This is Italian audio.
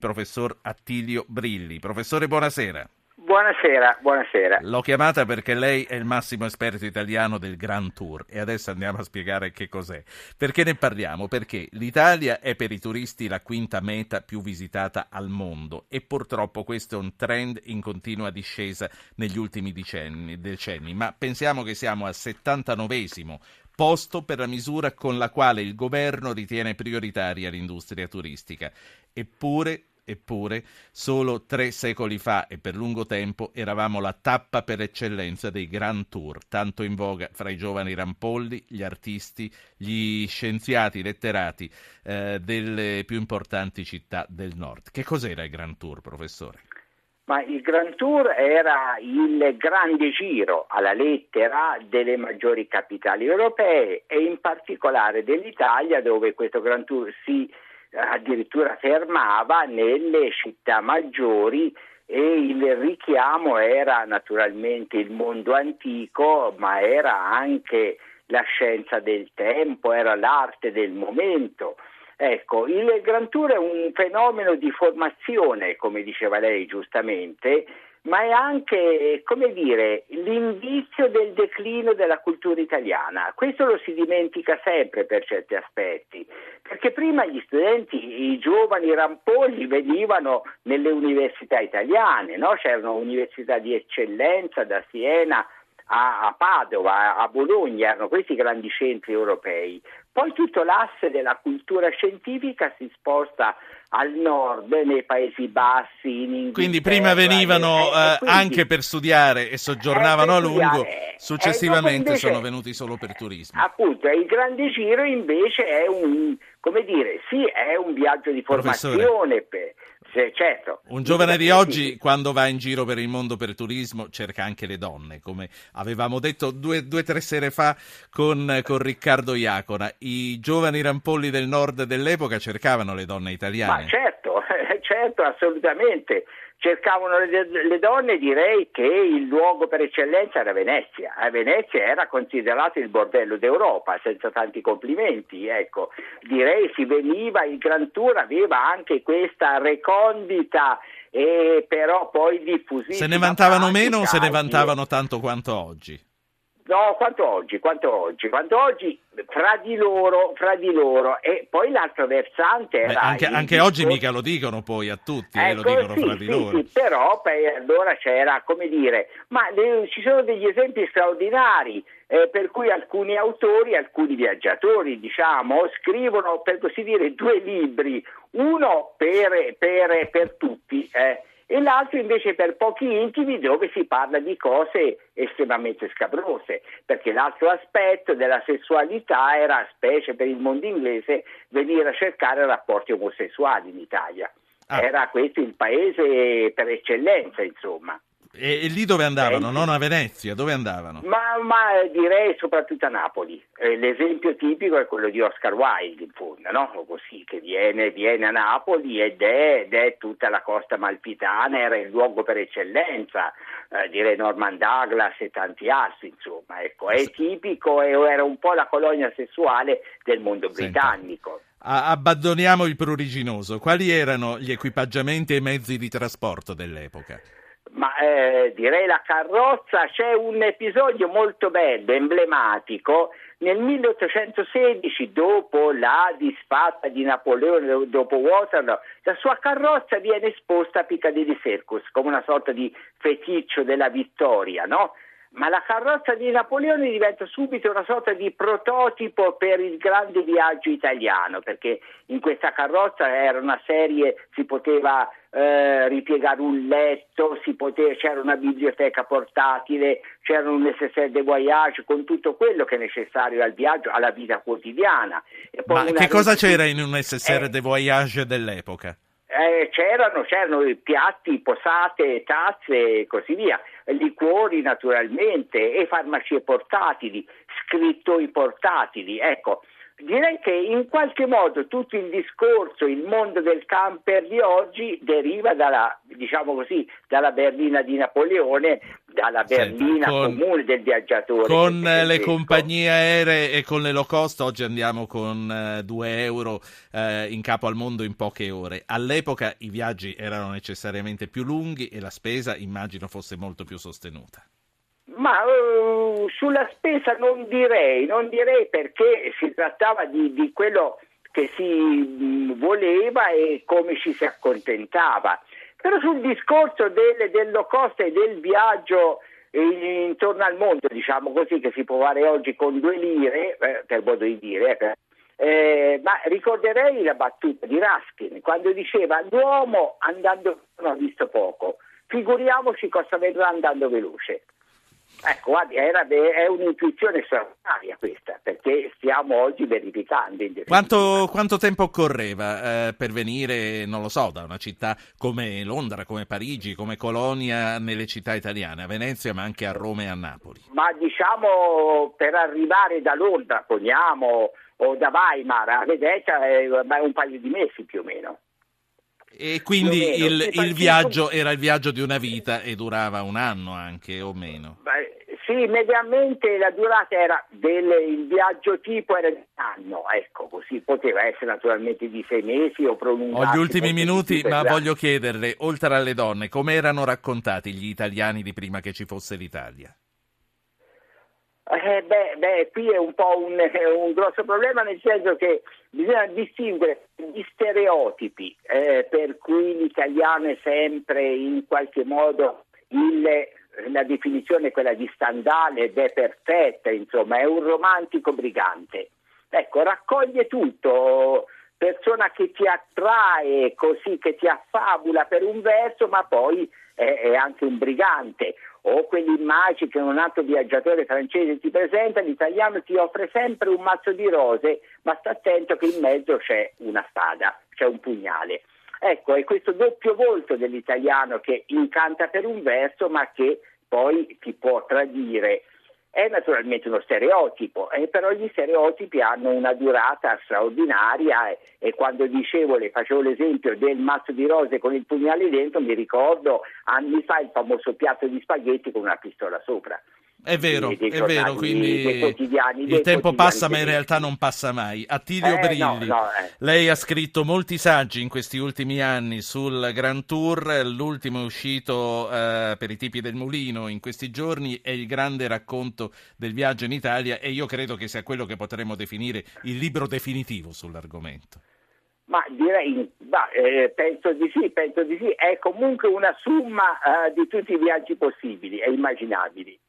professor Attilio Brilli. Professore, buonasera. Buonasera. L'ho chiamata perché lei è il massimo esperto italiano del Grand Tour e adesso andiamo a spiegare che cos'è. Perché ne parliamo? Perché l'Italia è per i turisti la quinta meta più visitata al mondo e purtroppo questo è un trend in continua discesa negli ultimi decenni, ma pensiamo che siamo al 79esimo posto per la misura con la quale il governo ritiene prioritaria l'industria turistica. Eppure, solo 3 secoli fa e per lungo tempo eravamo la tappa per eccellenza dei Grand Tour, tanto in voga fra i giovani rampolli, gli artisti, gli scienziati, i letterati delle più importanti città del nord. Che cos'era il Grand Tour, professore? Ma il Grand Tour era il grande giro alla lettera delle maggiori capitali europee e in particolare dell'Italia, dove questo Grand Tour si addirittura fermava nelle città maggiori e il richiamo era naturalmente il mondo antico, ma era anche la scienza del tempo, era l'arte del momento. Ecco, il Grand Tour è un fenomeno di formazione, come diceva lei giustamente, ma è anche, come dire, l'indizio del declino della cultura italiana. Questo lo si dimentica sempre per certi aspetti, perché prima gli studenti, i giovani rampolli venivano nelle università italiane, no? C'erano università di eccellenza da Siena a Padova, a Bologna, erano questi grandi centri europei. Poi tutto l'asse della cultura scientifica si sposta al nord, nei Paesi Bassi, in Inghilterra. Quindi prima venivano anche per studiare e soggiornavano a lungo, successivamente invece, sono venuti solo per turismo. Appunto, il grande giro invece è un viaggio di formazione. Certo. Un giovane di oggi, quando va in giro per il mondo per turismo, cerca anche le donne, come avevamo detto due o tre sere fa con Riccardo Iacona. I giovani rampolli del nord dell'epoca cercavano le donne italiane. Ma certo, assolutamente. Cercavano le donne, direi che il luogo per eccellenza era Venezia. Venezia era considerato il bordello d'Europa, senza tanti complimenti, ecco. Direi si veniva, il Grand Tour aveva anche questa recondita però poi diffusissima. Se ne vantavano meno o se ne vantavano tanto quanto oggi? No, quanto oggi, fra di loro, e poi l'altro versante era... Anche oggi mica lo dicono poi a tutti, lo dicono fra di loro. Sì, però allora c'era, come dire, ma ci sono degli esempi straordinari, per cui alcuni autori, alcuni viaggiatori, diciamo, scrivono, per così dire, 2 libri, uno per tutti, e l'altro invece per pochi intimi, dove si parla di cose estremamente scabrose, perché l'altro aspetto della sessualità era, specie per il mondo inglese, venire a cercare rapporti omosessuali in Italia. Era questo il paese per eccellenza, insomma. E lì dove andavano? Non a Venezia, dove andavano? Ma direi soprattutto a Napoli. L'esempio tipico è quello di Oscar Wilde, in fondo, no? Così, che viene a Napoli ed è tutta la costa amalfitana, era il luogo per eccellenza, direi Norman Douglas e tanti altri, insomma, ecco, è tipico, era un po' la colonia sessuale del mondo britannico. Abbandoniamo il pruriginoso. Quali erano gli equipaggiamenti e i mezzi di trasporto dell'epoca? Ma direi la carrozza. C'è un episodio molto bello, emblematico. Nel 1816, dopo la disfatta di Napoleone, dopo Waterloo, la sua carrozza viene esposta a Piccadilly Circus come una sorta di feticcio della vittoria, no? Ma la carrozza di Napoleone diventa subito una sorta di prototipo per il grande viaggio italiano, perché in questa carrozza era una serie, si poteva ripiegare un letto, c'era una biblioteca portatile, c'era un necessaire de voyage con tutto quello che è necessario al viaggio, alla vita quotidiana. E poi ma che cosa c'era in un necessaire de voyage dell'epoca? C'erano piatti, posate, tazze e così via, liquori naturalmente e farmacie portatili, scrittori portatili, ecco. Direi che in qualche modo tutto il discorso, il mondo del camper di oggi deriva diciamo così, dalla berlina di Napoleone, dalla berlina comune del viaggiatore. Con le compagnie aeree e con le low cost oggi andiamo con 2 euro in capo al mondo in poche ore. All'epoca i viaggi erano necessariamente più lunghi e la spesa immagino fosse molto più sostenuta. Ma sulla spesa non direi perché si trattava di quello che si voleva e come ci si accontentava. Però sul discorso del low cost e del viaggio intorno al mondo, diciamo così, che si può fare oggi con 2 lire, per modo di dire, ma ricorderei la battuta di Ruskin, quando diceva l'uomo andando non ha visto poco, figuriamoci cosa vedrà andando veloce. Ecco, guardi, è un'intuizione straordinaria questa, perché stiamo oggi verificando. Quanto tempo occorreva per venire, non lo so, da una città come Londra, come Parigi, come Colonia, nelle città italiane, a Venezia, ma anche a Roma e a Napoli? Ma diciamo, per arrivare da Londra, poniamo, o da Weimar a Venezia, è un paio di mesi più o meno. E quindi il viaggio era il viaggio di una vita e durava un anno anche o meno? Sì, mediamente la durata era il viaggio tipo era di un anno, ecco, così poteva essere naturalmente di 6 mesi o prolungato. Ho gli ultimi minuti, ma voglio chiederle, oltre alle donne, come erano raccontati gli italiani di prima che ci fosse l'Italia? Qui è un po' un grosso problema, nel senso che bisogna distinguere gli stereotipi per cui l'italiano è sempre in qualche modo la definizione è quella di Stendhal ed è perfetta, insomma, è un romantico brigante. Ecco, raccoglie tutto, persona che ti attrae, così che ti affabula per un verso, ma poi è anche un brigante. O quell'immagine che un altro viaggiatore francese ti presenta, l'italiano ti offre sempre un mazzo di rose, ma sta attento che in mezzo c'è una spada, c'è un pugnale. Ecco, è questo doppio volto dell'italiano che incanta per un verso, ma che poi ti può tradire. È naturalmente uno stereotipo, però gli stereotipi hanno una durata straordinaria e quando facevo l'esempio del mazzo di rose con il pugnale dentro, mi ricordo anni fa il famoso piatto di spaghetti con una pistola sopra. È vero, quindi il tempo passa ma in realtà non passa mai. Attilio Brilli, lei ha scritto molti saggi in questi ultimi anni sul Grand Tour, l'ultimo è uscito per i tipi del Mulino in questi giorni, è il grande racconto del viaggio in Italia e io credo che sia quello che potremmo definire il libro definitivo sull'argomento. Ma direi, penso di sì, è comunque una somma di tutti i viaggi possibili e immaginabili.